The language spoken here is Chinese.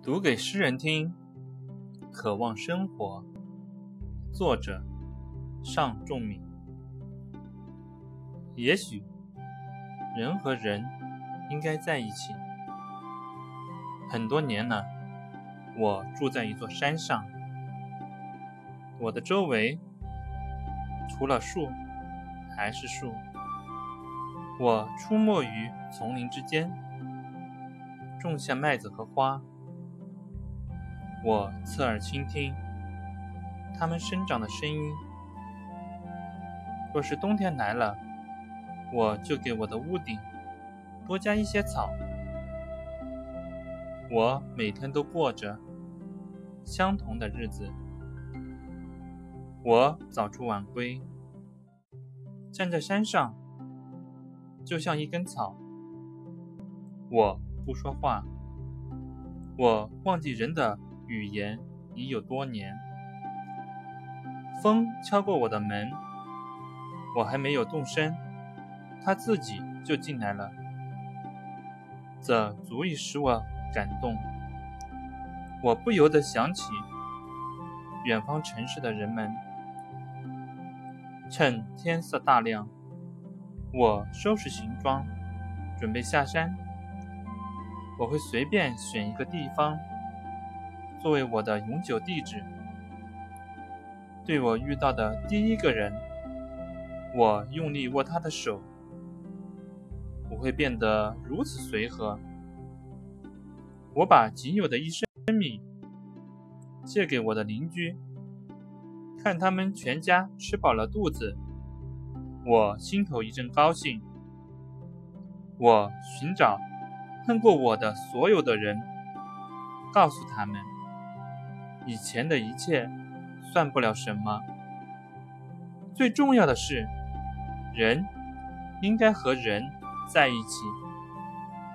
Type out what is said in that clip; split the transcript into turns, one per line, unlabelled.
读给诗人听，渴望生活。作者尚仲敏。也许人和人应该在一起。很多年了，我住在一座山上，我的周围除了树还是树。我出没于丛林之间，种下麦子和花。我侧耳倾听它们生长的声音。若是冬天来了，我就给我的屋顶多加一些草。我每天都过着相同的日子。我早出晚归，站在山上，就像一根草。我不说话，我忘记人的语言已有多年。风敲过我的门，我还没有动身，它自己就进来了。这足以使我感动。我不由得想起远方城市的人们。趁天色大亮，我收拾行装，准备下山。我会随便选一个地方作为我的永久地址。对我遇到的第一个人，我用力握他的手。我会变得如此随和。我把仅有的一升米借给我的邻居，看他们全家吃饱了肚子，我心头一阵高兴。我寻找恨过我的所有的人，告诉他们，以前的一切算不了什么。最重要的是，人应该和人在一起。